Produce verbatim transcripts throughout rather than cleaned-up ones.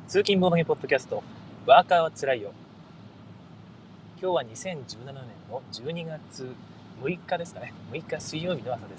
通勤ボードゲームポッドキャスト、ワーカーはつらいよ。今日はにせんじゅうななねんのじゅうにがつむいかですかね。むいか水曜日の朝です。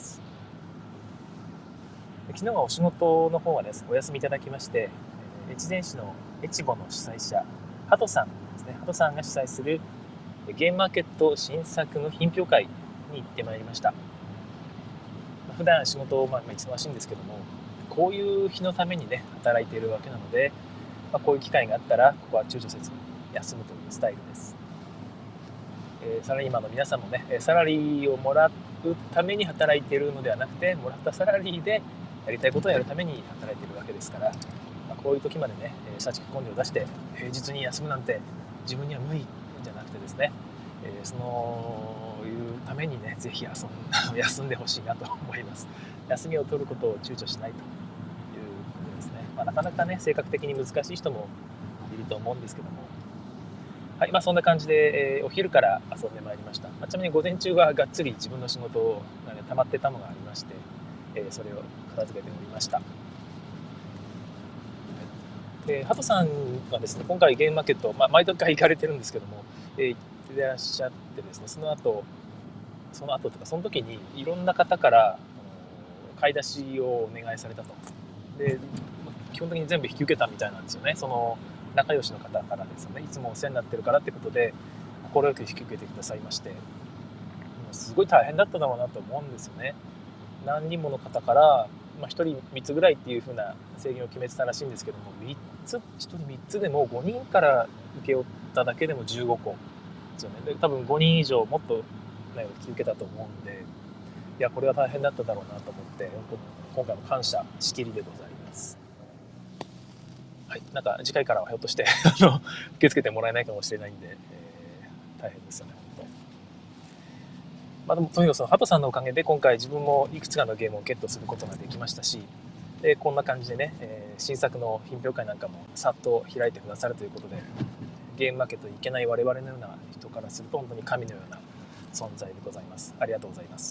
昨日はお仕事の方はです、お休みいただきまして、越前市のエチボの主催者、ハトさんですね。ハトさんが主催するゲームマーケット新作の品評会に行ってまいりました。普段仕事、まあ、忙しいんですけども、こういう日のためにね、働いているわけなので、まあ、こういう機会があったら、ここは躊躇せず休むというスタイルです。えー、サラリーマンの皆さんもね、サラリーをもらうために働いているのではなくて、もらったサラリーでやりたいことをやるために働いているわけですから、まあ、こういう時までね、社畜根性を出して平日に休むなんて自分には無理じゃなくてですね、えー、そのいうためにね、ぜひ遊ん休んでほしいなと思います。休みを取ることを躊躇しないということですね。まあ、なかなかね、性格的に難しい人もいると思うんですけども、はい、まあそんな感じで、えー、お昼から遊んでまいりました。まあ、ちなみに午前中はがっつり自分の仕事を、ね、溜まってたのがありまして、えー、それを片付けておりました。で、ハトさんはですね、今回ゲームマーケット、まあ、毎度行かれてるんですけども、えー、行ってらっしゃってですね、その後、その後とか、その時にいろんな方から買い出しをお願いされたと。で、基本的に全部引き受けたみたいなんですよね。その仲良しの方からですよね。いつもお世話になってるからってことで、快く引き受けてくださいまして、すごい大変だっただろうなと思うんですよね。何人もの方から、まあ、ひとりみっつぐらいっていう風な制限を決めてたらしいんですけども、みっつ、ひとりみっつでもごにんから受け負っただけでもじゅうごこですよね。で、多分ごにん以上もっと、ね、引き受けたと思うんで、いや、これは大変だっただろうなと思って、本当今回も感謝しきりでございます。はい、なんか次回からはひょっとしてあの受け付けてもらえないかもしれないんで、えー、大変ですよね、本当。まあ、でもとにかくそのハトさんのおかげで今回自分もいくつかのゲームをゲットすることができましたし、でこんな感じでね、えー、新作の品評会なんかもさっと開いてくださるということで、ゲームマーケットに行けない我々のような人からすると本当に神のような存在でございます。ありがとうございます。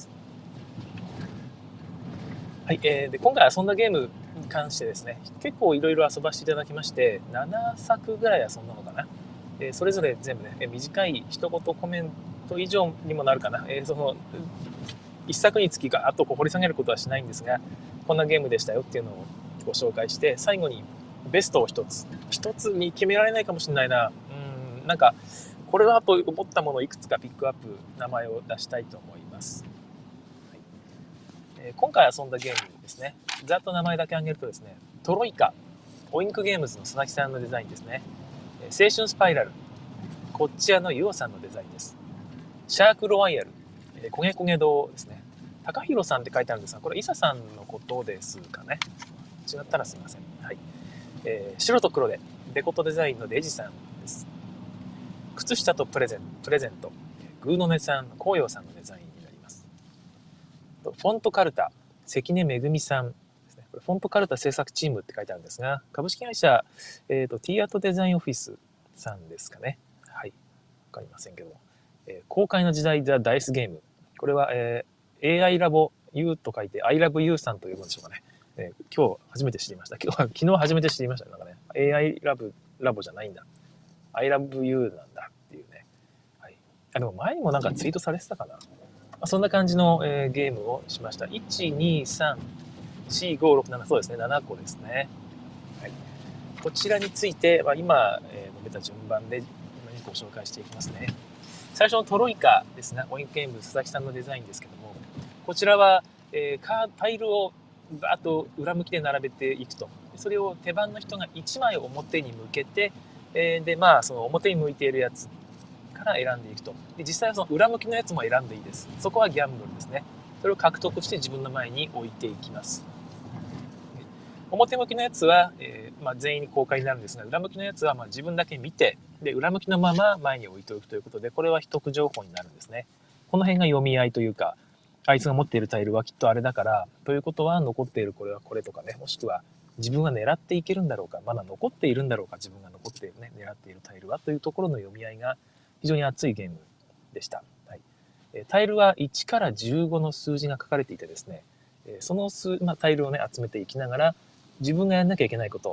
はい、えー、で今回遊んだゲームに関してですね、結構いろいろ遊ばせていただきまして、ななさくぐらい遊んだのかな。えー、それぞれ全部ね、短い一言コメント以上にもなるかな。えー、そのいっさくにつきガーッとこう掘り下げることはしないんですが、こんなゲームでしたよっていうのをご紹介して、最後にベストを一つ。一つに決められないかもしれないな。うん、なんか、これはと思ったものをいくつかピックアップ、名前を出したいと思います。はい、えー、今回遊んだゲームですね。ざっと名前だけ挙げるとですね、トロイカ、オインクゲームズの佐々木さんのデザインですね。青春スパイラル、こっち屋のユオさんのデザインです。シャークロワイヤル、えー、焦げ焦げ堂ですね。高弘さんって書いてあるんですが、これイサさんのことですかね。違ったらすみません。はい。えー、白と黒でデコトデザインのデジさんです。靴下とプレゼンプレゼント、グーの音さん、紅葉さんのデザインになります。フォントカルタ、関根めぐみさんですね。これフォントカルタ制作チームって書いてあるんですが、株式会社、えーと、T アートデザインオフィスさんですかね。はい。わかりませんけども。えー、公開の時代ザ・ダイスゲーム。これは、えー、エーアイ ラボ U と書いて I love you さんと呼ぶんでしょうかね。えー、今日初めて知りました。今日昨日初めて知りましたね。なんかね、エーアイ ラボラボじゃないんだ。I love you なんだっていうね。はい。あ、でも前にもなんかツイートされてたかな。まあ、そんな感じの、えー、ゲームをしました。いち、に、さん、よん、ご、ろく、なな、そうですね。ななこですね。はい。こちらについては今、えー、述べた順番でご紹介していきますね。最初のトロイカですね。オインクゲーム佐々木さんのデザインですけども、こちらは、えー、カータイルをバーッと裏向きで並べていくと。それを手番の人がいちまい表に向けて、えー、で、まあ、その表に向いているやつから選んでいくと。で、実際はその裏向きのやつも選んでいいです。そこはギャンブルですね。それを獲得して自分の前に置いていきます。表向きのやつは、えーまあ、全員に公開になるんですが、裏向きのやつはまあ自分だけ見て、で裏向きのまま前に置いておくということで、これは秘匿情報になるんですね。この辺が読み合いというか、あいつが持っているタイルはきっとあれだから、ということは残っているこれはこれとかね、もしくは自分が狙っていけるんだろうか、まだ残っているんだろうか、自分が残っているね、狙っているタイルはというところの読み合いが非常に熱いゲームでした。はい、タイルはいちからじゅうごの数字が書かれていてですね、その数、まあ、タイルをね、集めていきながら、自分がやんなきゃいけないこと、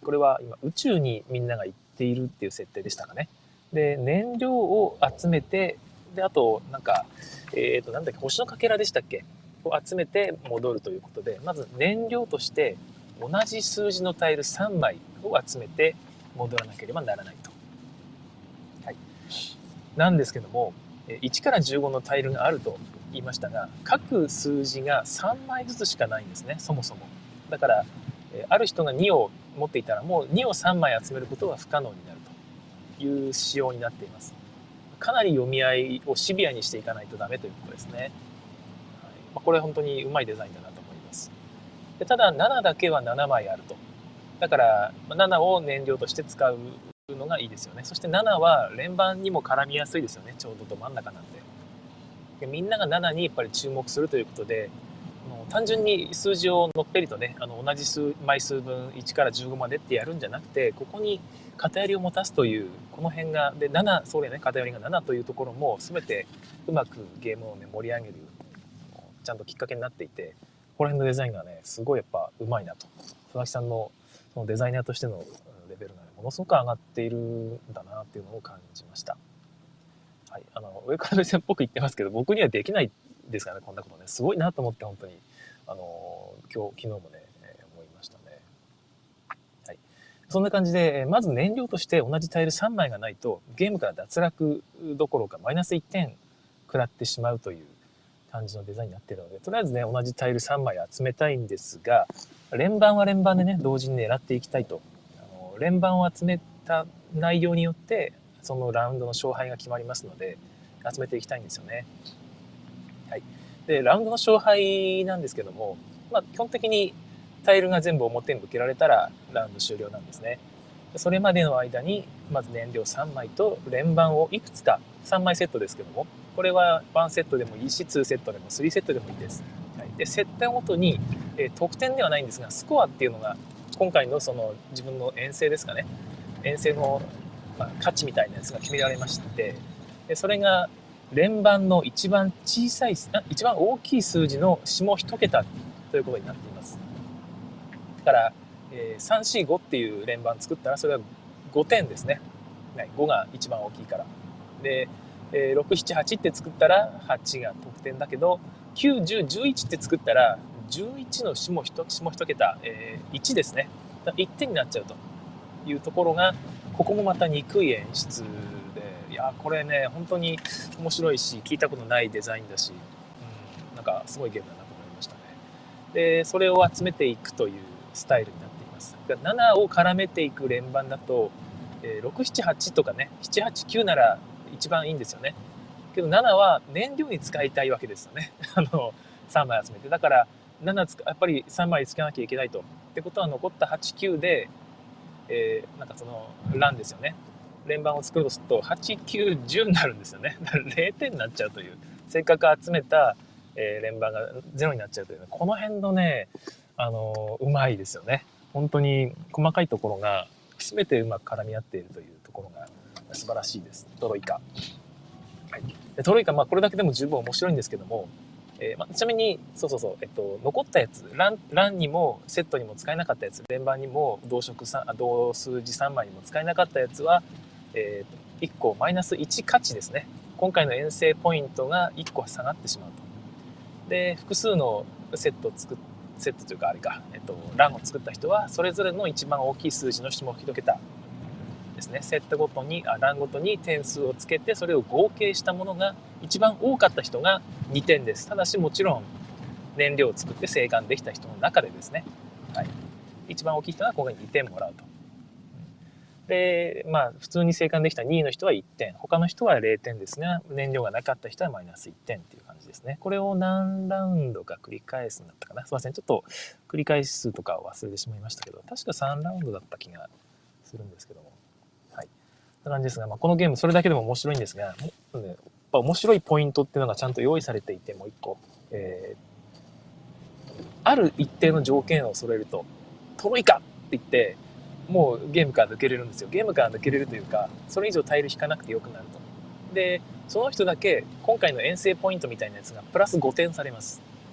これは今宇宙にみんなが行っているっていう設定でしたかね。で燃料を集めて、であとなんかえっ、ー、となんだっけ、星のかけらでしたっけを集めて戻るということで、まず燃料として同じ数字のタイルさんまいを集めて戻らなければならないと。はい、なんですけども、いちからじゅうごのタイルがあると言いましたが、各数字がさんまいずつしかないんですね、そもそも。だからある人がにを持っていたら、もうにをさんまい集めることは不可能になるという仕様になっています。かなり読み合いをシビアにしていかないとダメということですね。はい、まあ、これは本当にうまいデザインだなと思います。でただななだけはななまいあると。だからななを燃料として使うのがいいですよね。そしてななは連番にも絡みやすいですよね。ちょうどど真ん中なんで。でみんながななにやっぱり注目するということで、単純に数字をのっぺりとね、あの同じ数枚数分いちからじゅうごまでってやるんじゃなくて、ここに偏りを持たすという、この辺がでなな、そうだよね、偏りがななというところも全てうまくゲームを、ね、盛り上げるちゃんときっかけになっていて、この辺のデザインがねすごいやっぱうまいなと。佐々木さんのそのデザイナーとしてのレベルが、ね、ものすごく上がっているんだなっていうのを感じました。はい、あの上から目線っぽく言ってますけど、僕にはできないですからね、こんなことね。すごいなと思って本当にあの今日昨日もね思いましたね。はい、そんな感じで、まず燃料として同じタイルさんまいがないとゲームから脱落どころかマイナスいってん食らってしまうという感じのデザインになっているので、とりあえずね同じタイルさんまい集めたいんですが、連番は連番でね同時に狙っていきたいと。あの連番を集めた内容によってそのラウンドの勝敗が決まりますので、集めていきたいんですよね。はい、でラウンドの勝敗なんですけども、まあ、基本的にタイルが全部表に向けられたらラウンド終了なんですね。それまでの間にまず燃料さんまいと連番をいくつかさんまいセットですけども、これはワンセットでもいいしにセットでもスリーセットでもいいです。はい、でセットごとに、えー、得点ではないんですがスコアっていうのが今回のその自分の遠征ですかね、遠征のまあ、価値みたいなやつが決められまして、でそれが連番の一番小さい一番大きい数字の下一桁ということになっています。だから、えー、さん、よん、ごっていう連番作ったらそれはごてんですね。ごが一番大きいから。で、えー、ろく、なな、はちって作ったらはちが得点だけど、きゅう、じゅう、じゅういちって作ったらじゅういちの下一桁、えー、いちですね。いってんになっちゃうというところが、ここもまた憎い演出で、いやこれね本当に面白いし聞いたことないデザインだし、うん、なんかすごいゲームだなと思いましたね。でそれを集めていくというスタイルになっています。ななを絡めていく連番だと、えー、ろく、なな、はちとかねなな、はち、きゅうなら一番いいんですよね。けどななは燃料に使いたいわけですよねあのさんまい集めて、だからななやっぱりさんまいつけなきゃいけないと。ってことは残ったはち、きゅうでえー、なんかその欄ですよね、連番を作るとするとはち、きゅう、じゅうになるんですよね。だかられいてんになっちゃうという、せっかく集めた、えー、連番がゼロになっちゃうという、ね、この辺のね、あのー、うまいですよね。本当に細かいところが全てうまく絡み合っているというところが素晴らしいです。トロイカ、はい、でトロイカ、まあ、これだけでも十分面白いんですけども、えーまあ、ちなみにそうそうそう、えっと、残ったやつ欄、欄にもセットにも使えなかったやつ、連番にも同色同数字さんまいにも使えなかったやつは、えー、いっこマイナスいち価値ですね。今回の遠征ポイントがいっこ下がってしまうと。で複数のセットを作っセットというかあれか、えっと、欄を作った人はそれぞれの一番大きい数字の下一桁ですね、セットごとにあ欄ごとに点数をつけて、それを合計したものが一番多かった人がにてんです。ただしもちろん燃料を作って生還できた人の中でですね、はい、一番大きい人は今回にてんもらうと。でまあ普通に生還できたにいの人はいってん、他の人はれいてんですが、燃料がなかった人はマイナスいってんっていう感じですね。これを何ラウンドか繰り返すんだったかな、すいませんちょっと繰り返し数とかを忘れてしまいましたけど、確かさんラウンドだった気がするんですけども、はい、な感じですが、まあ、このゲームそれだけでも面白いんですが、ね、やっぱ面白いポイントっていうのがちゃんと用意されていて、もう一個、えー、ある一定の条件を揃えるとトロイカって言ってもうゲームから抜けれるんですよ。ゲームから抜けれるというか、それ以上タイル引かなくてよくなると。でその人だけ今回の遠征ポイントみたいなやつがプラスごてんされます。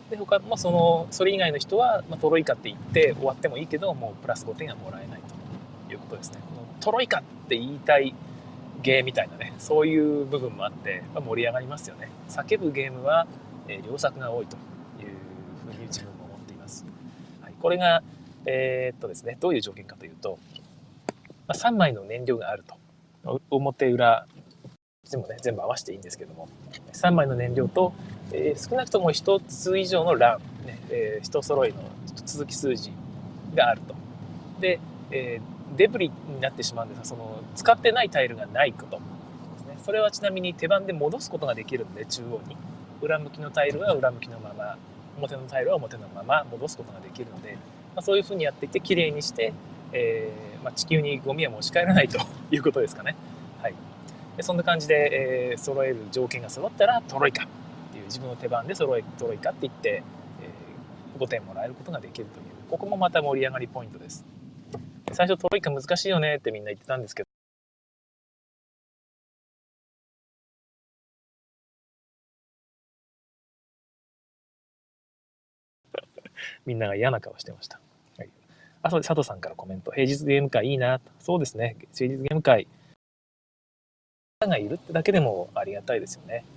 で他もそのそれ以外の人は、まあ、トロイカって言って終わってもいいけど、もうプラスごてんはもらえないということですね。このトロイカって言いたいゲーみたいなね、そういう部分もあって、まあ、盛り上がりますよね。叫ぶゲームは、えー、良作が多いというふうに自分も思っています。はい、これが、えー、っとですね、どういう条件かというと、まあ、さんまいの燃料があると。表裏全部ね、全部合わせていいんですけども、さんまいの燃料と、えー、少なくともひとつ以上の欄、ねえー、一揃いの続き数字があると。で、えー、デブリになってしまうんですが、その使ってないタイルがないことですね。それはちなみに手番で戻すことができるんで、中央に裏向きのタイルは裏向きのまま、表のタイルは表のまま戻すことができるので、まあ、そういうふうにやっていってきれいにして、えーまあ、地球にゴミは持ち帰らないということですかね。はい、でそんな感じで、えー、揃える条件が揃ったらトロイカっていう、自分の手番で揃えトロイカって言って、えー、ごてんもらえることができるという、ここもまた盛り上がりポイントです。最初トロイカ難しいよねってみんな言ってたんですけど、みんなが嫌な顔してました。はい、あ、そうで佐藤さんからコメント。平日ゲーム会いいな。そうですね。平日ゲーム会がいるってだけでもありがたいですよね。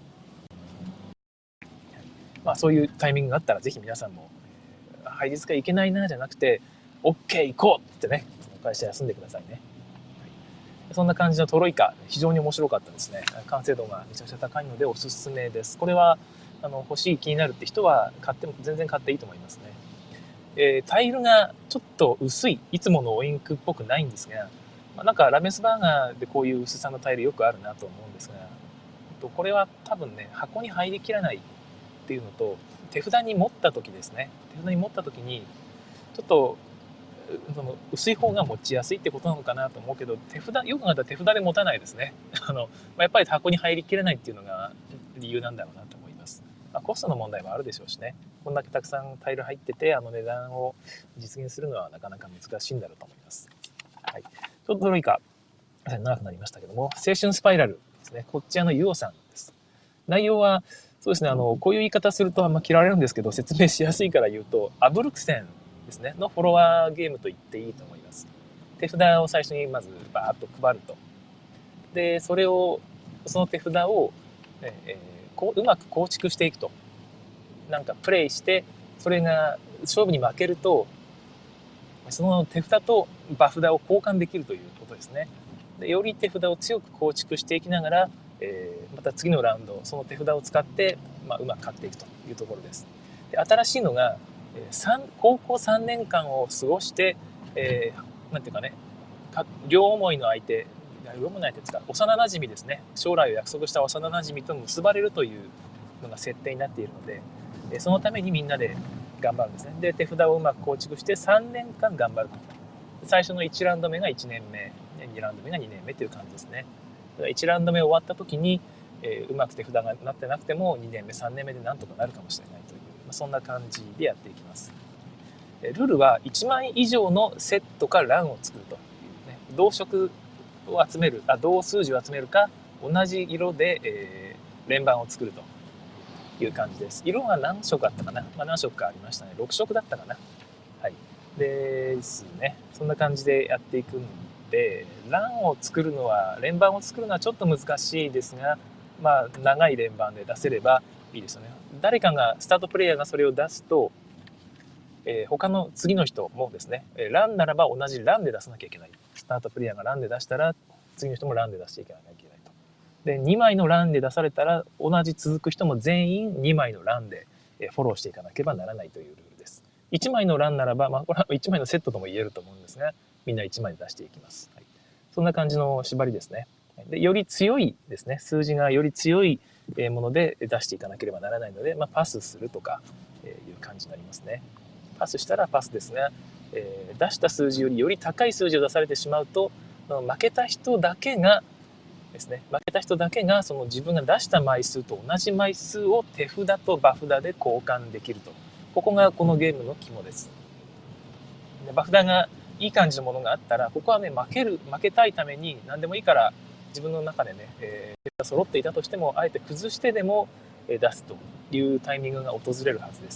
まあ、そういうタイミングがあったら、ぜひ皆さんも、平日会行けないなじゃなくて、OK 行こうってね、会社休んでくださいね。そんな感じのトロイカ、非常に面白かったですね。完成度がめちゃくちゃ高いのでおすすめです。これはあの欲しい気になるって人は買っても全然買っていいと思いますね。えー、タイルがちょっと薄い、いつものオインクっぽくないんですが、まあ、なんかラメスバーガーでこういう薄さのタイルよくあるなと思うんですが、これは多分ね、箱に入りきらないっていうのと、手札に持った時ですね、手札に持った時にちょっとその薄い方が持ちやすいってことなのかなと思うけど、手札よく考えたら手札で持たないですね。あの、まあ、やっぱり箱に入りきれないっていうのが理由なんだろうなと思います。まあ、コストの問題もあるでしょうしね。こんだけたくさんタイル入ってて、あの値段を実現するのはなかなか難しいんだろうと思います。はい、ちょっとどれか長くなりましたけども、青春スパイラルですね。こっちあのユオさんです。内容はそうですね、あのこういう言い方するとあんま嫌われるんですけど、説明しやすいから言うと、アブルクセンですねのフォロワーゲームと言っていいと思います。手札を最初にまずバーッと配ると。で、それを、その手札を、えー、こううまく構築していくと。なんかプレイして、それが勝負に負けると、その手札と場札を交換できるということですね。でより手札を強く構築していきながら、えー、また次のラウンドその手札を使って、まあ、うまく勝っていくというところです。で新しいのが、えー、高校さんねんかんを過ごして、えー、なんていうかね、両思いの相手、両思いの相手ですか、幼なじみですね、将来を約束した幼なじみと結ばれるというのが設定になっているので、そのためにみんなで頑張るんですね。で、手札をうまく構築してさんねんかん頑張ると。最初のいちラウンド目がいちねんめ、にラウンド目がにねんめという感じですね。だからいちラウンド目終わった時に、えー、うまく手札がなってなくてもにねんめさんねんめでなんとかなるかもしれないという、まあ、そんな感じでやっていきます。ルールはいちまい以上のセットか欄を作るというね、同色を集める、あ同数字を集めるか同じ色で、えー、連番を作るという感じです。色が何色あったかな、まあ、何色かありましたね。ろく色だったかな。はい。ですね。そんな感じでやっていくんで、欄を作るのは、連番を作るのはちょっと難しいですが、まあ、長い連番で出せればいいですよね。誰かが、スタートプレイヤーがそれを出すと、えー、他の次の人もですね、ランならば同じランで出さなきゃいけない。スタートプレイヤーがランで出したら、次の人もランで出していかなきゃいけないと。で、にまいのランで出されたら、同じ続く人も全員にまいのランでフォローしていかなければならないというルールです。いちまいのランならば、まあ、これはいちまいのセットとも言えると思うんですが、みんないちまいで出していきます。はい、そんな感じの縛りですね。で、より強いですね、数字がより強いもので出していかなければならないので、まあ、パスするとかいう感じになりますね。パスしたらパスですが、えー、出した数字よりより高い数字を出されてしまうと、負けた人だけがですね、負けた人だけがその自分が出した枚数と同じ枚数を手札と場札で交換できると。ここがこのゲームの肝です。で場札がいい感じのものがあったら、ここはね、負ける、負けたいために何でもいいから自分の中でね、えー、揃っていたとしても、あえて崩してでも出すというタイミングが訪れるはずです。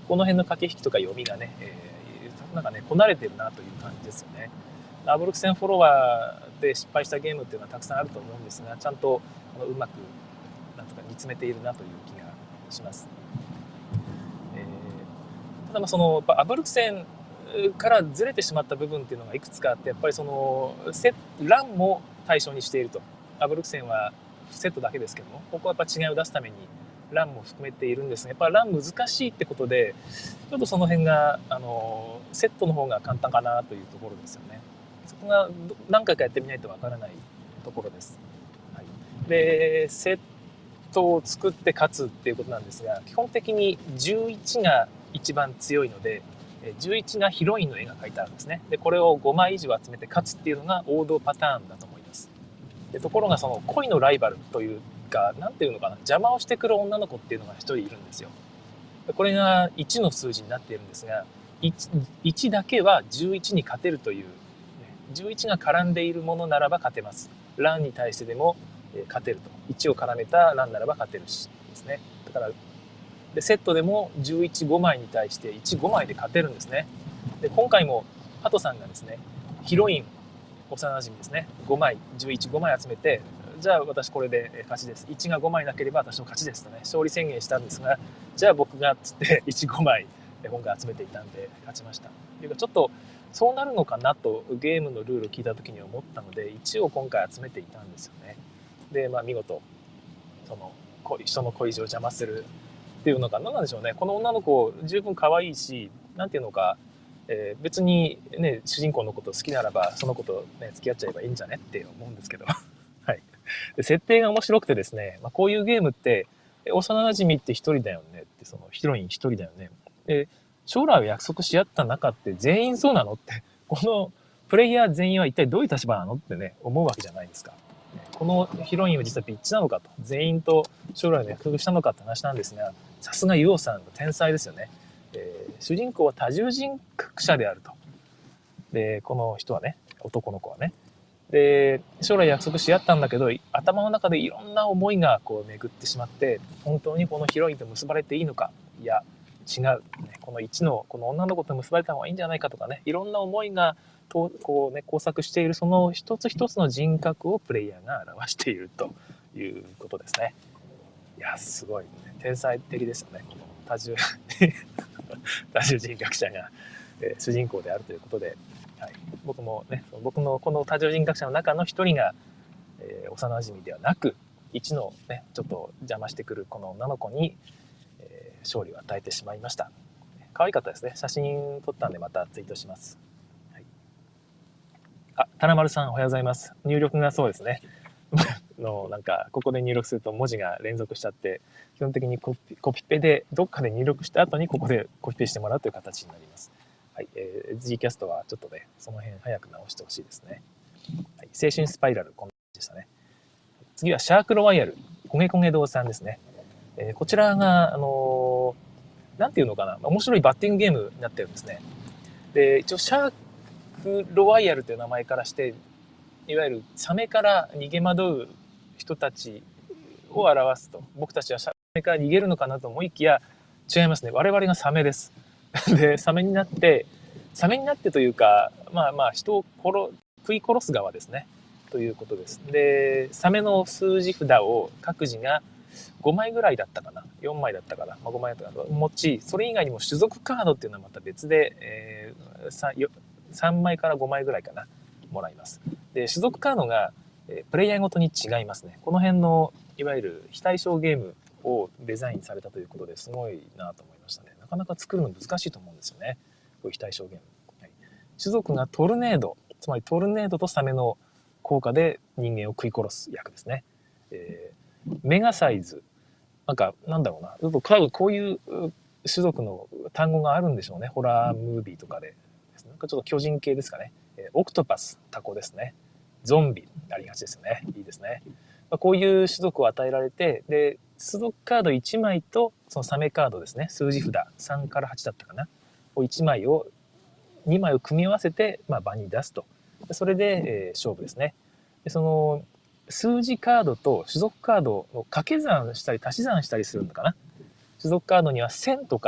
この辺の駆け引きとか読みがね、えー、なんかねこなれてるなという感じですよね。アブルクセンフォロワーで失敗したゲームっていうのはたくさんあると思うんですが、ちゃんとあのうまくなんとか煮詰めているなという気がします。えー、ただまあそのアブルクセンからずれてしまった部分っていうのがいくつかあって、やっぱりそのセランも対象にしていると。アブルクセンはセットだけですけども、ここはやっぱ違いを出すためにランも含めているんですが、やっぱラン難しいってことでちょっとその辺があのセットの方が簡単かなというところですよね。そこが何回かやってみないとわからないところです。はい、でセットを作って勝つっていうことなんですが、基本的にじゅういちが一番強いので、じゅういちがヒロインの絵が描いてあるんですね。でこれをごまい以上集めて勝つっていうのが王道パターンだと思います。でところがその恋のライバルというか、なんていうのかな、邪魔をしてくる女の子っていうのが一人いるんですよ。これがいちの数字になっているんですが、 1, いちだけはじゅういちに勝てるという、じゅういちが絡んでいるものならば勝てます。ランに対してでも勝てると。いちを絡めたランならば勝てるしですね。だからでセットでもじゅういちごまいに対していちごまいで勝てるんですね。で今回もハトさんがですね、ヒロイン幼馴染ですね、ごまいじゅういちごまい集めて、じゃあ私これで勝ちです、いちがごまいなければ私の勝ちですとね勝利宣言したんですが、じゃあ僕がっつっていちごまい今回集めていたんで勝ちました。というかちょっとそうなるのかなとゲームのルールを聞いた時に思ったのでいちを今回集めていたんですよね。でまあ見事その人の恋路を邪魔するっていうのが何なんでしょうね。この女の子十分可愛いし、なんていうのか、えー、別にね主人公のこと好きならばその子とね付き合っちゃえばいいんじゃねって思うんですけどはい。で設定が面白くてですね、まあ、こういうゲームって幼馴染って一人だよねって、そのヒロイン一人だよね。で将来を約束し合った中って全員そうなのって、このプレイヤー全員は一体どういう立場なのってね思うわけじゃないですか。このヒロインは実はビッチなのかと、全員と将来の約束したのかって話なんですが、さすがユオさんの天才ですよね。えー、主人公は多重人格者であると。でこの人はね、男の子はね、で将来約束し合ったんだけど頭の中でいろんな思いがこう巡ってしまって、本当にこのヒロインと結ばれていいのか、いや違う、このいちのこの女の子と結ばれた方がいいんじゃないかとかね、いろんな思いがとこう、ね、交錯しているその一つ一つの人格をプレイヤーが表しているということですね。いやすごい、ね、天才的ですよね。この多重多重人格者が、えー、主人公であるということで、はい、僕もね僕のこの多重人格者の中の一人が、えー、幼馴染ではなくいちのねちょっと邪魔してくるこの女の子に、えー、勝利を与えてしまいました。可愛かったですね。写真撮ったんでまたツイートします。はい、あ、タナマルさんおはようございます。入力がそうですねのなんかここで入力すると文字が連続しちゃって、基本的にコピコピペでどっかで入力した後にここでコピペしてもらうという形になります。はい、えー、G キャストはちょっとねその辺早く直してほしいですね。はい、青春スパイラルこんな感じでしたね。次はシャークロワイヤル焦げ焦げ堂さんですね。えー、こちらがあのー、なんていうのかな、面白いバッティングゲームになってるんですね。で一応シャークロワイヤルという名前からしていわゆるサメから逃げ惑う人たちを表すと、僕たちはサメから逃げるのかなと思いきや違いますね。我々がサメですでサメになってサメになってというか、まあまあ人を殺食い殺す側ですねということです。でサメの数字札を各自がごまいぐらいだったかな、よんまいだったかな、まあ、ごまいだったかな持ち、それ以外にも種族カードっていうのはまた別で、えー、さんまいからごまいぐらいかなもらいます。で種族カードがプレイヤーごとに違いますね。この辺のいわゆる非対称ゲームをデザインされたということですごいなと思いましたね。なかなか作るの難しいと思うんですよね、こういう非対称ゲーム。はい、種族がトルネード、つまりトルネードとサメの効果で人間を食い殺す役ですね。えー、メガサイズ、なんかなんだろうな、ちょっとこういう種族の単語があるんでしょうね、ホラームービーとかで。なんかちょっと巨人系ですかね。オクトパス、タコですね。ゾンビありがちですよね。いいですね。まあ、こういう種族を与えられて、で種族カードいちまいとそのサメカードですね、数字札さんからはちだったかな、いちまいをにまいを組み合わせて、まあ、場に出すと。それで、えー、勝負ですね。でその数字カードと種族カードを掛け算したり足し算したりするのかな。種族カードにはせんとか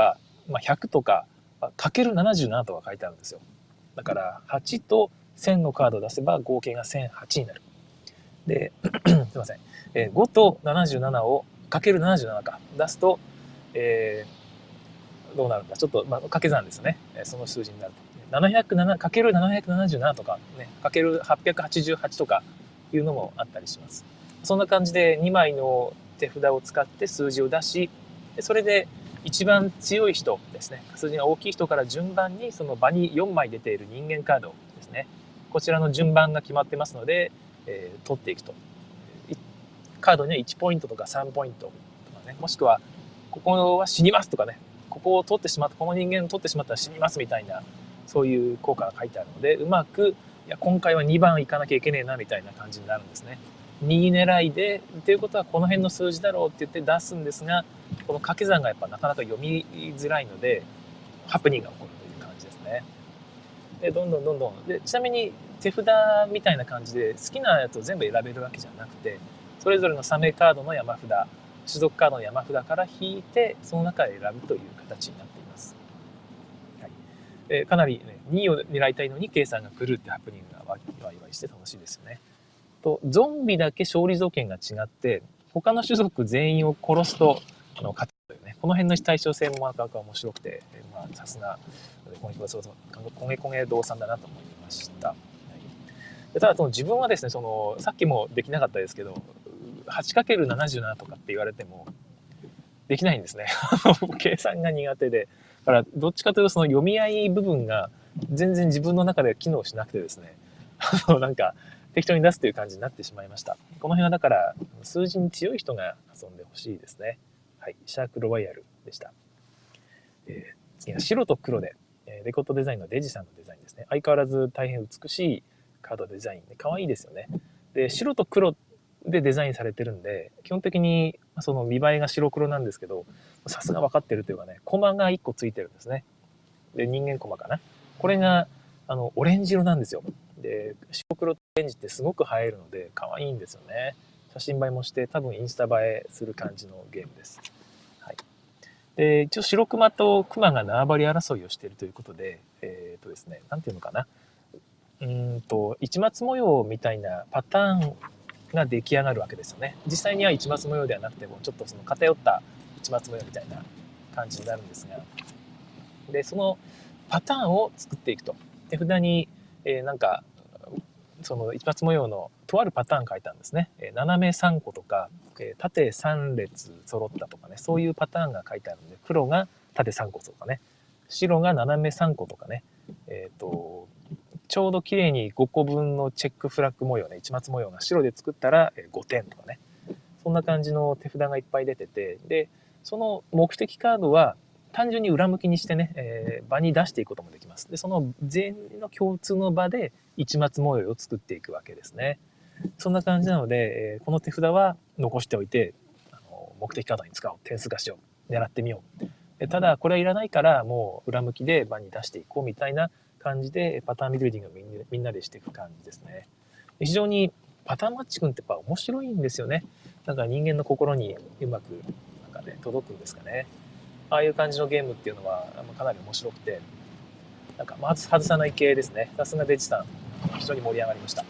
まあ、ひゃくとかかけるななじゅうななとか書いてあるんですよ。だからはちとせんのカードを出せば合計がせんはちになる。で、すいません。えー、ごとななじゅうななをかけるななじゅうななか出すと、えー、どうなるか。ちょっと、まあ、掛け算ですね。その数字になると。ななひゃくななかけるななひゃくななじゅうななとか、ね、かけるはっぴゃくはちじゅうはちとかいうのもあったりします。そんな感じでにまいの手札を使って数字を出し、それで一番強い人ですね、数字が大きい人から順番にその場によんまい出ている人間カードですね、こちらの順番が決まってますので、えー、取っていくと。カードにはいちポイントとかさんポイントとかね、もしくはここは死にますとかね、ここを取ってしまった、この人間を取ってしまったら死にますみたいな、そういう効果が書いてあるので、うまく、いや今回はにばん行かなきゃいけねえなみたいな感じになるんですね。に狙いで、ということはこの辺の数字だろうって言って出すんですが、この掛け算がやっぱなかなか読みづらいので、ハプニングが起こるという感じですね。で、どんどんどんどん。で、ちなみに手札みたいな感じで好きなやつを全部選べるわけじゃなくて、それぞれのサメカードの山札、種族カードの山札から引いて、その中で選ぶという形になっています。はい、えー、かなり、ね、にいを狙いたいのに計算が狂うってハプニングがワイワイワイして楽しいですよね。と、ゾンビだけ勝利条件が違って、他の種族全員を殺すと、あの、勝つというね、この辺の対称性もなかなか面白くて、まあ、さすが、コゲコゲ堂さんだなと思いました。はい、でただ、その自分はですね、その、さっきもできなかったですけど、はちかけるななじゅうなな とかって言われても、できないんですね。計算が苦手で。だから、どっちかというと、その読み合い部分が全然自分の中で機能しなくてですね、あの、なんか、適当に出すという感じになってしまいました。この辺はだから、数字に強い人が遊んでほしいですね。はい。シャークロワイヤルでした。えー、次は白と黒で、えー、レコッドデザインのデジさんのデザインですね。相変わらず大変美しいカードデザインで、可愛いですよね。で、白と黒でデザインされてるんで、基本的にその見栄えが白黒なんですけど、さすが分かってるというかね、コマがいっこついてるんですね。で、人間コマかな。これが、あの、オレンジ色なんですよ。で、白黒とオレンジってすごく映えるので、可愛いんですよね。写真映えもして、多分インスタ映えする感じのゲームです。はい。で、一応白クマとクマが縄張り争いをしているということで、えっ、ー、とですね、なんていうのかな。うんと、市松模様みたいなパターンが出来上がるわけですよね。実際には市松模様ではなくても、ちょっとその偏った市松模様みたいな感じになるんですが、で、そのパターンを作っていくと。手札に、えー、なんか、その一発模様のとあるパターン書いたんですね。えー、斜めさんことか、えー、縦さん列揃ったとかね、そういうパターンが書いてあるんで、黒が縦さんことかね、白が斜めさんことかね、えっ、ー、と、ちょうど綺麗にごこぶんのチェックフラッグ模様ね、市松模様が白で作ったらごてんとかね、そんな感じの手札がいっぱい出てて、で、その目的カードは単純に裏向きにしてね、えー、場に出していくこともできます。で、その全員の共通の場で市松模様を作っていくわけですね。そんな感じなので、えー、この手札は残しておいて、あの目的カードに使おう。点数化しよう。狙ってみよう。ただ、これはいらないから、もう裏向きで場に出していこうみたいな感じで、パターンビルディングをみんなでしていく感じですね。非常にパターンマッチ君ってやっぱ面白いんですよね。なんか人間の心にうまくなんかね、届くんですかね。ああいう感じのゲームっていうのはかなり面白くて、なんかまず外さない系ですね。さすがデジさん、非常に盛り上がりました。はい、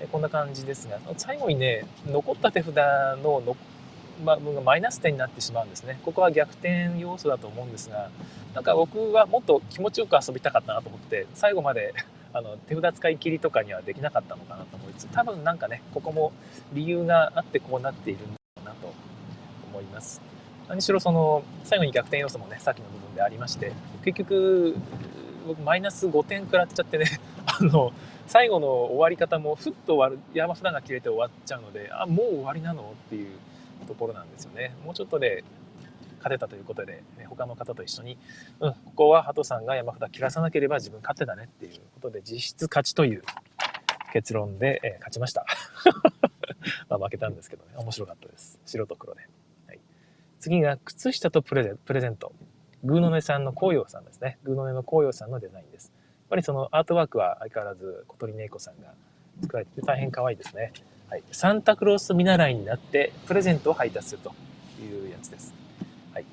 こんな感じですが、最後にね、残った手札ののまあ、マイナス点になってしまうんですね。ここは逆転要素だと思うんですが、なんか僕はもっと気持ちよく遊びたかったなと思って、最後まであの手札使い切りとかにはできなかったのかなと思いつつ、多分なんかね、ここも理由があってこうなっているんだろうなと思います。何しろその最後に逆転要素もね、さっきの部分でありまして、結局僕マイナスごてん食らっちゃってね、あの最後の終わり方もふっと終わる、山札が切れて終わっちゃうので、あ、もう終わりなのっていうところなんですよね。もうちょっとで勝てたということで、他の方と一緒に、うん、ここはハトさんが山札切らさなければ自分勝ってたねっていうことで、実質勝ちという結論で、えー、勝ちました。まあ負けたんですけどね、面白かったです。白と黒で。はい、次が靴下とプレゼプレゼント。グーの音さんの紅葉さんですね。グーの音の紅葉さんのデザインです。やっぱりそのアートワークは相変わらず小鳥ねいこさんが作られてて大変可愛いですね。はい、サンタクロース見習いになってプレゼントを配達するというやつです。はい、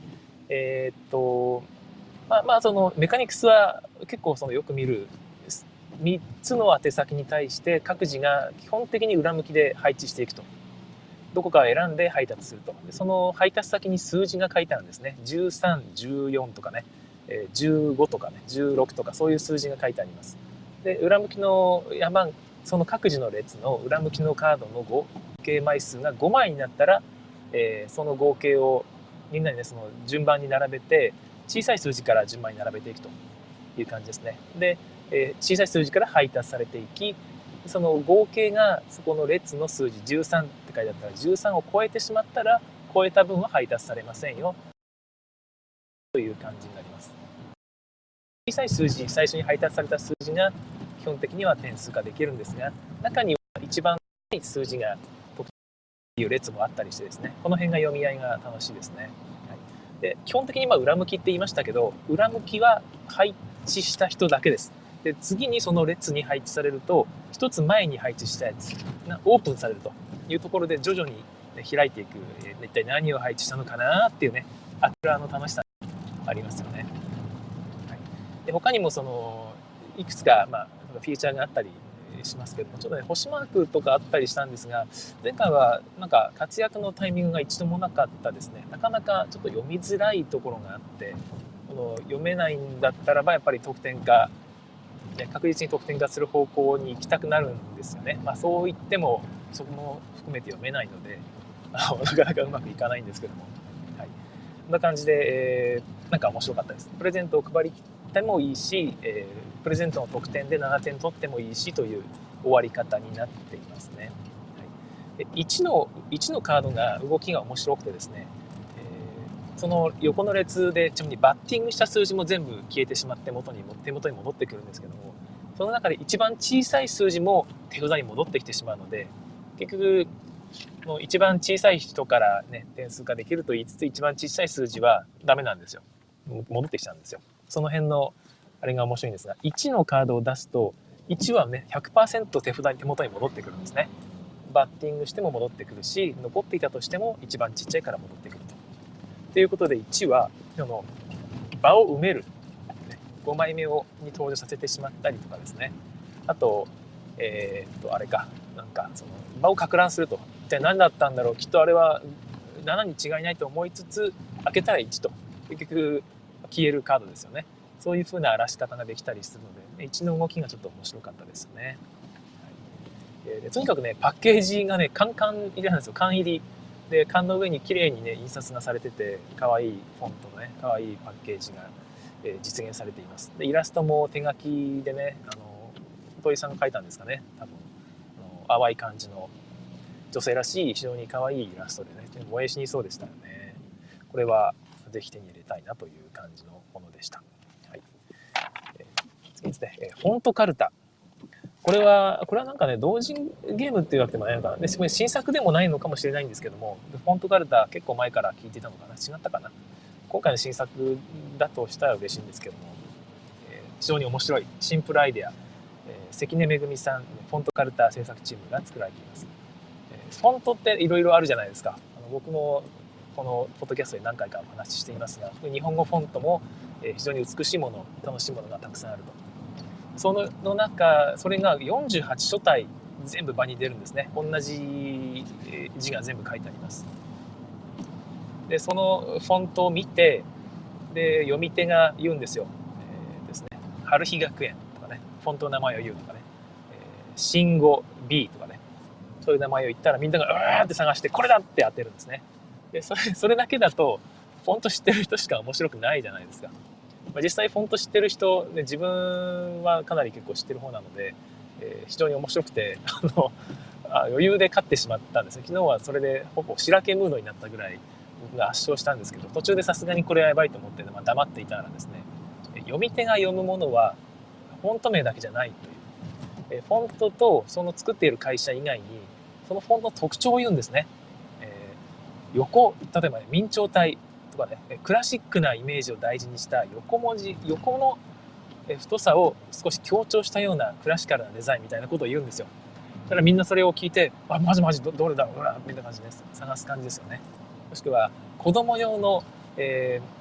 えーっと、まあまあ、そのメカニクスは結構そのよく見るみっつの宛先に対して各自が基本的に裏向きで配置していくと。どこかを選んで配達すると。その配達先に数字が書いてあるんですね。じゅうさん、じゅうよんとかね、じゅうごとかね、じゅうろくとかそういう数字が書いてあります。で、裏向きの山、その各自の列の裏向きのカードの合計枚数がごまいになったら、えー、その合計をみんなにね、その順番に並べて、小さい数字から順番に並べていくという感じですね。で、えー、小さい数字から配達されていき、その合計がそこの列の数字じゅうさんって書いてあったらじゅうさんを超えてしまったら超えた分は配達されませんよという感じになります。小さい数字、最初に配達された数字が基本的には点数化できるんですが、中には一番いい数字がという列もあったりしてですね、この辺が読み合いが楽しいですね。はい、で基本的に今裏向きって言いましたけど、裏向きは配置した人だけです。で次にその列に配置されると一つ前に配置したやつがオープンされるというところで徐々に開いていく、一体何を配置したのかなっていうね、あちらの楽しさありますよね。はい、で他にもそのいくつか、まあ、フィーチャーがあったりしますけども、ちょっとね星マークとかあったりしたんですが、前回はなんか活躍のタイミングが一度もなかったですね。なかなかちょっと読みづらいところがあって、この読めないんだったらばやっぱり得点化確実に得点化する方向に行きたくなるんですよね。まあ、そう言ってもそこも含めて読めないのでなかなかうまくいかないんですけども、はい、こんな感じで、えー、なんか面白かったです。プレゼントを配りきってもいいし、えー、プレゼントの得点でななてん取ってもいいしという終わり方になっていますね。はい、いちのいちのカードが動きが面白くてですね、その横の列でちなみにバッティングした数字も全部消えてしまって元に手元に戻ってくるんですけども、その中で一番小さい数字も手札に戻ってきてしまうので、結局もう一番小さい人からね点数化できると言いつつ一番小さい数字はダメなんですよ。戻ってきちゃうんですよ。その辺のあれが面白いんですが、いちのカードを出すといちはね ひゃくパーセント 手札に手元に戻ってくるんですね。バッティングしても戻ってくるし、残っていたとしても一番ちっちゃいから戻ってくると。ということでいちはその場を埋める、ね、ごまいめをに登場させてしまったりとかですね。あと、えー、っとあれかなんかその場をか乱すると、一体何だったんだろう、きっとあれはななに違いないと思いつつ開けたらいちと結局消えるカードですよね。そういう風な荒らし方ができたりするので、いちの動きがちょっと面白かったですよね。はい、でとにかくねパッケージがねカンカン入りなんですよ。缶入りで缶の上に綺麗にね印刷がされてて、可愛いフォントのね可愛いパッケージが、えー、実現されています。でイラストも手書きでね、あの戸井さんが描いたんですかね、多分あの淡い感じの女性らしい非常に可愛いイラストでね、燃え死にそうでしたよね。これはぜひ手に入れたいなという感じのものでした。はい、えー、次ですね、えー、フォントカルタ。これは、これはなんかね、同人ゲームっていうわけでもないのかな。で、新作でもないのかもしれないんですけども、フォントカルタ結構前から聞いてたのかな、違ったかな。今回の新作だとしたら嬉しいんですけども、えー、非常に面白い、シンプルアイデア、えー、関根めぐみさん、フォントカルタ制作チームが作られています。えー、フォントっていろいろあるじゃないですか。あの僕もこのポッドキャストで何回かお話ししていますが、日本語フォントも非常に美しいもの、楽しいものがたくさんあると。そのの中、それがよんじゅうはち書体全部場に出るんですね。同じ字が全部書いてあります。でそのフォントを見て、で読み手が言うんですよ、えー、ですね、春日学園とかね、フォントの名前を言うとかね、えー、新語 B とかね、そういう名前を言ったらみんながうわーって探してこれだって当てるんですね。でそれそれだけだとフォント知ってる人しか面白くないじゃないですか。まあ、実際フォント知ってる人、ね、自分はかなり結構知ってる方なので、えー、非常に面白くてあのあ余裕で勝ってしまったんです。昨日はそれでほぼしらけムードになったぐらい僕が圧勝したんですけど、途中でさすがにこれはやばいと思って、まあ、黙っていたらですね、読み手が読むものはフォント名だけじゃないという、えー、フォントとその作っている会社以外にそのフォントの特徴を言うんですね。えー、横、例えば、ね、明朝体とかね、クラシックなイメージを大事にした横文字、横の太さを少し強調したようなクラシカルなデザインみたいなことを言うんですよ。だからみんなそれを聞いて、あ、マジマジ ど, どれだろうなみたいな感じで探す感じですよね。もしくは子供用の、え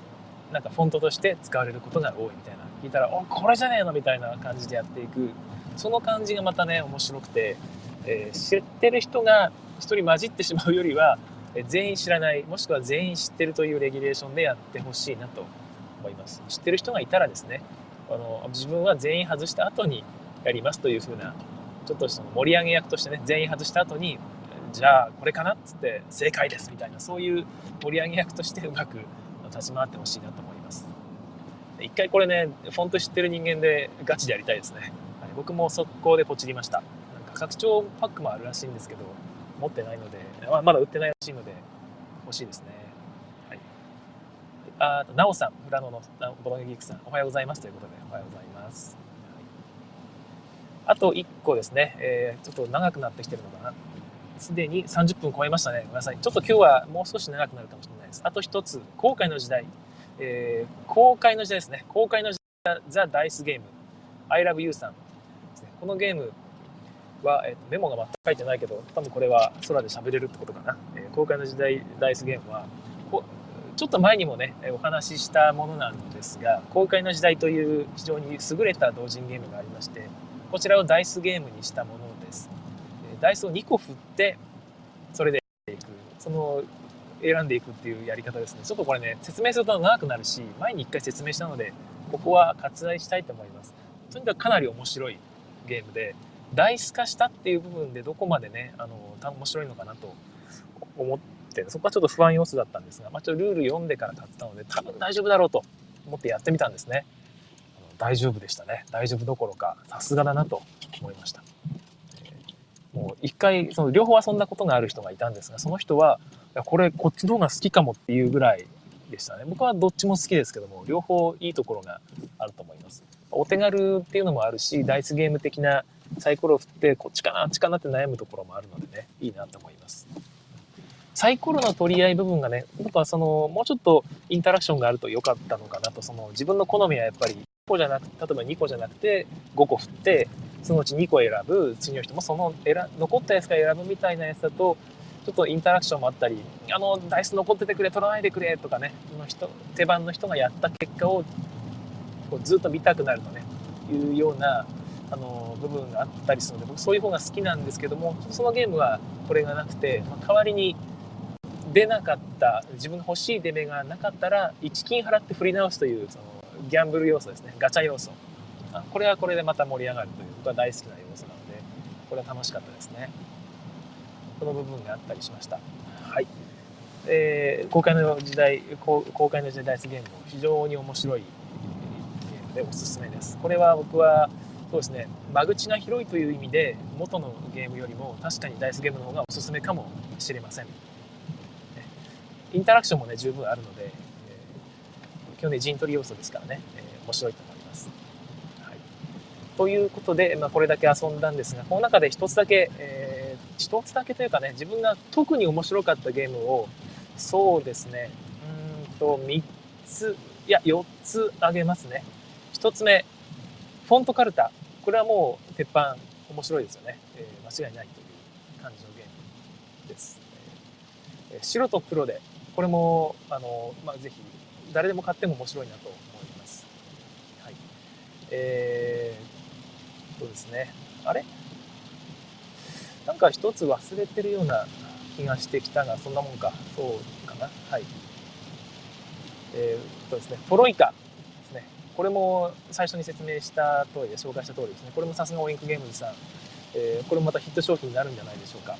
なんかフォントとして使われることが多いみたいな聞いたら、おこれじゃねえのみたいな感じでやっていく、その感じがまたね面白くて、えー、知ってる人が一人混じってしまうよりは、えー、全員知らない、もしくは全員知ってるというレギュレーションでやってほしいなと思います。知ってる人がいたらですね、あの自分は全員外した後にやりますという風な、ちょっとその盛り上げ役としてね、全員外した後にじゃあこれかなっつって正解ですみたいな、そういう盛り上げ役としてうまく立ち回ってほしいなと思います。一回これね、フォント知ってる人間でガチでやりたいですね。はい、僕も速攻でポチりました。なんか拡張パックもあるらしいんですけど、持ってないので、まあ、まだ売ってないらしいので欲しいですね。はい、あとなおさん、フラノのボドゲギークさん、おはようございますということで、おはようございます。はい、あといっこですね、えー、ちょっと長くなってきてるのかな。すでにさんじゅっぷん超えましたね。ごめんなさい。ちょっと今日はもう少し長くなるかもしれないです。あと一つ、後悔の時代。えー、公開の時代ですね。公開の時代、ザ・ダイスゲーム。I love you さんですね。このゲームは、えー、メモが全く書いてないけど、多分これは空で喋れるってことかな。えー、公開の時代ダイスゲームは、ちょっと前にもね、お話ししたものなんですが、公開の時代という非常に優れた同人ゲームがありまして、こちらをダイスゲームにしたものです。ダイスをにこ振ってそれでいく、その選んでいくっていうやり方ですね。ちょっとこれね説明すると長くなるし、前にいっかい説明したのでここは割愛したいと思います。とにかくかなり面白いゲームで、ダイス化したっていう部分でどこまでねあの面白いのかなと思って、そこはちょっと不安要素だったんですが、まあ、ちょっとルール読んでから買ったので多分大丈夫だろうと思ってやってみたんですね。大丈夫でしたね。大丈夫どころかさすがだなと思いました。もう一回その両方遊んだことがある人がいたんですが、その人はこれこっちの方が好きかもっていうぐらいでしたね。僕はどっちも好きですけども、両方いいところがあると思います。お手軽っていうのもあるし、ダイスゲーム的なサイコロを振ってこっちかなあっちかなって悩むところもあるのでね、いいなと思います。サイコロの取り合い部分がね、僕はそのもうちょっとインタラクションがあると良かったのかなと。その自分の好みはやっぱりいっこじゃなく、例えばにこじゃなくてごこ振ってそのうちにこ選ぶ、次の人もその選残ったやつから選ぶみたいなやつだとちょっとインタラクションもあったり、あのダイス残っててくれ取らないでくれとかね、その人手番の人がやった結果をこうずっと見たくなるとねいうようなあの部分があったりするので、僕そういう方が好きなんですけども、そのゲームはこれがなくて、まあ、代わりに出なかった、自分が欲しい出目がなかったらいち金払って振り直すという、そのギャンブル要素ですね、ガチャ要素、これはこれでまた盛り上がるという、僕は大好きな要素なのでこれは楽しかったですね。この部分があったりしました。はい、えー、公開の時代公開の時代ダイスゲームも非常に面白いゲームでおすすめです。これは僕はそうですね、間口が広いという意味で元のゲームよりも確かにダイスゲームの方がおすすめかもしれません。インタラクションもね十分あるので、えー、基本的に陣取り要素ですからね、えー、面白いと思います。はい、ということで、まあ、これだけ遊んだんですが、この中で一つだけ、えー、一つだけというかね、自分が特に面白かったゲームを、そうですね、うーんとみっついやよっつあげますね。ひとつめ、フォントカルタ。これはもう鉄板、面白いですよね、えー、間違いないという感じのゲームです。えー、白と黒で、これもあの、まあ、ぜひ誰でも買っても面白いなと思います。はい、えー、そうですね。あれなんか一つ忘れてるような気がしてきたが、そんなもんか。そうかな。はい。えー、っとですね、トロイカですね。これも最初に説明した通りで、紹介した通りですね。これもさすがオインクゲームズさん、えー、これもまたヒット商品になるんじゃないでしょうか。はい、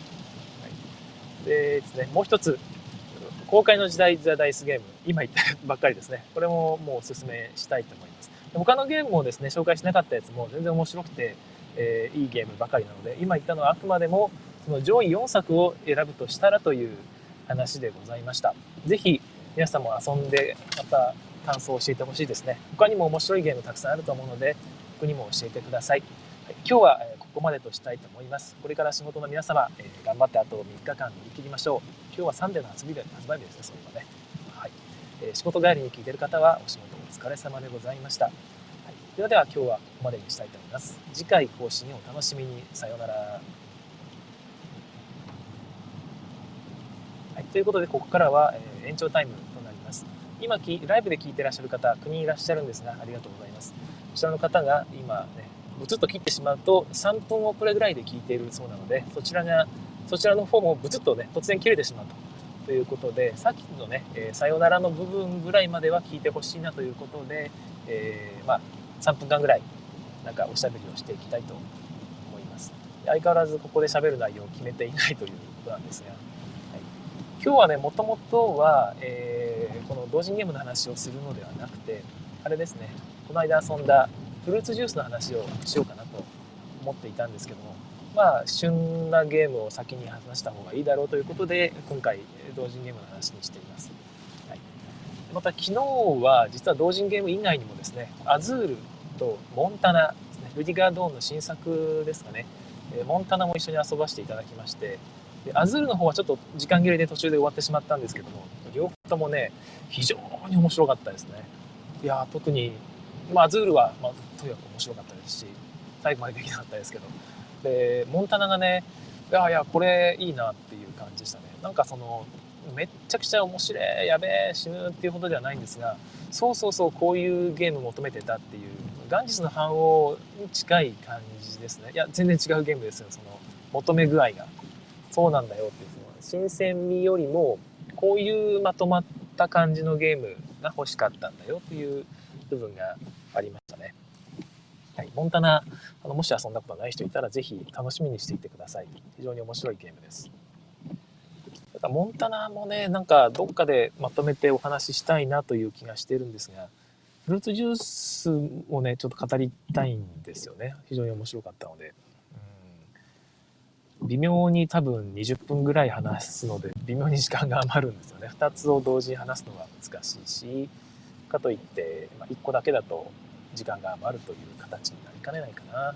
でですね、もう一つ、公開の時代ザ・ダイスゲーム、今言ったばっかりですね。これももうおすすめしたいと思います。他のゲームもですね、紹介しなかったやつも全然面白くて、えー、いいゲームばかりなので、今言ったのはあくまでもその上位よんさくを選ぶとしたらという話でございました。ぜひ皆さんも遊んでまた感想を教えてほしいですね。他にも面白いゲームたくさんあると思うので、僕にも教えてください。はい、今日はここまでとしたいと思います。これから仕事の皆様、えー、頑張ってあとみっかかん乗り切りましょう。今日はサンデーの発売日ですね、そういえばね。はい、えー、仕事帰りに聞いている方はお仕事お疲れ様でございました。はい、ではでは今日はここまでにしたいと思います。次回更新をお楽しみに。さようなら。はい、ということでここからは、えー、延長タイムとなります。 今ライブで聞いてらっしゃる方きゅうにんいらっしゃるんですが、ありがとうございます。こちらの方が今ねブツッと切ってしまうとさんぷんをこれぐらいで聞いているそうなので、そちらがそちらの方もブツッとね突然切れてしまうとということで、さっきのね、えー、さよならの部分ぐらいまでは聞いてほしいなということで、えー、まあさんぷんかんぐらいなんかおしゃべりをしていきたいと思います。相変わらずここで喋る内容を決めていないということなんですが、はい、今日はねもともとは、えー、この同人ゲームの話をするのではなくて、あれですね、この間遊んだフルーツジュースの話をしようかなと思っていたんですけども、まあ旬なゲームを先に話した方がいいだろうということで今回同人ゲームの話にしています。はい、また昨日は実は同人ゲーム以外にもですね、アズールとモンタナですね、ルディガー・ドーンの新作ですかね、モンタナも一緒に遊ばせていただきまして、でアズールの方はちょっと時間切れで途中で終わってしまったんですけども、両方ともね非常に面白かったですね。いや特に、まあ、アズールは、まあ、とにかく面白かったですし、最後までできなかったですけど、でモンタナがね、いやいやこれいいなっていう感じでしたね。なんかそのめっちゃくちゃ面白い、やべえ死ぬっていうほどではないんですが、そうそうそうこういうゲーム求めてたっていう元日の反応に近い感じですね。いや全然違うゲームですよ、その求め具合が。そうなんだよっていう、その新鮮味よりもこういうまとまった感じのゲームが欲しかったんだよという部分がありましたね。はい、モンタナ、あのもし遊んだことない人いたらぜひ楽しみにしていてください。非常に面白いゲームです。だからモンタナもね、なんかどっかでまとめてお話ししたいなという気がしてるんですが、フルーツジュースをねちょっと語りたいんですよね。非常に面白かったので、うん、微妙に多分にじゅっぷんぐらい話すので微妙に時間が余るんですよね。ふたつを同時に話すのが難しいし、かといって、まあ、いっこだけだと時間が余るという形になりかねないかな。うん、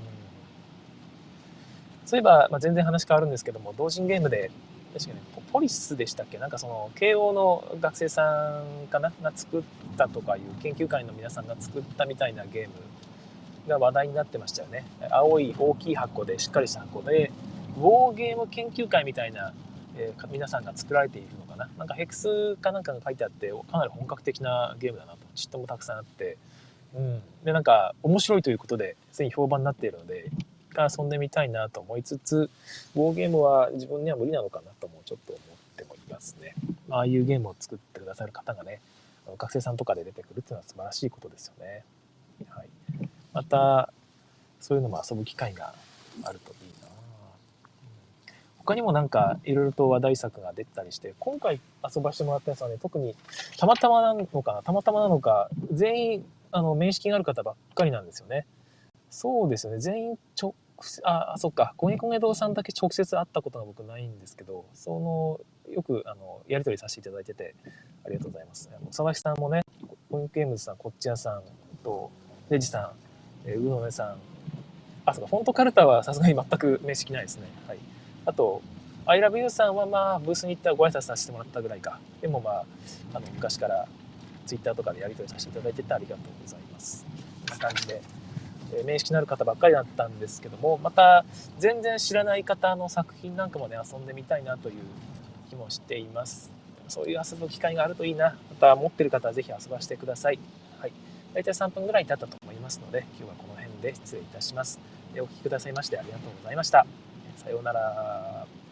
そういえば、まあ、全然話変わるんですけども、同人ゲームで確かにポリスでしたっけ、なんかその慶応の学生さんかなが作ったとかいう研究会の皆さんが作ったみたいなゲームが話題になってましたよね。青い大きい箱でしっかりした箱でウォーゲーム研究会みたいな、えー、皆さんが作られているのかな、なんかヘクスかなんかが書いてあって、かなり本格的なゲームだなと、嫉妬もたくさんあって、うん、でなんか面白いということですでに評判になっているので遊んでみたいなと思いつつ、ウォーゲームは自分には無理なのかなともちょっと思ってもいますね。ああいうゲームを作ってくださる方がね、学生さんとかで出てくるっていうのは素晴らしいことですよね。はい、またそういうのも遊ぶ機会があるといいな。他にもなんかいろいろと話題作が出てたりして、今回遊ばしてもらったやつはね、特にたまたまなのかなたまたまなのか全員あの面識がある方ばっかりなんですよね。そうですよね、全員直ああそっか、コゲコゲ堂さんだけ直接会ったことが僕ないんですけど、そのよくあのやり取りさせていただいててありがとうございます。佐々木さんもね、コインゲームズさん、こっち屋さんとレジさん、うのねさん、あ、そうか、フォントカルタはさすがに全く面識ないですね。はい。あと、アイラブユーさんはまあブースに行ったらご挨拶させてもらったぐらいか。でもまあ、あの昔からツイッターとかでやり取りさせていただいててありがとうございます。こんな感じで、えー、面識のある方ばっかりだったんですけども、また全然知らない方の作品なんかもね遊んでみたいなという気もしています。そういう遊ぶ機会があるといいな。また持ってる方はぜひ遊ばせてください。はい。大体さんぷんぐらい経ったと思いますので、今日はこの辺で失礼いたします。お聞きくださいましてありがとうございました。さようなら。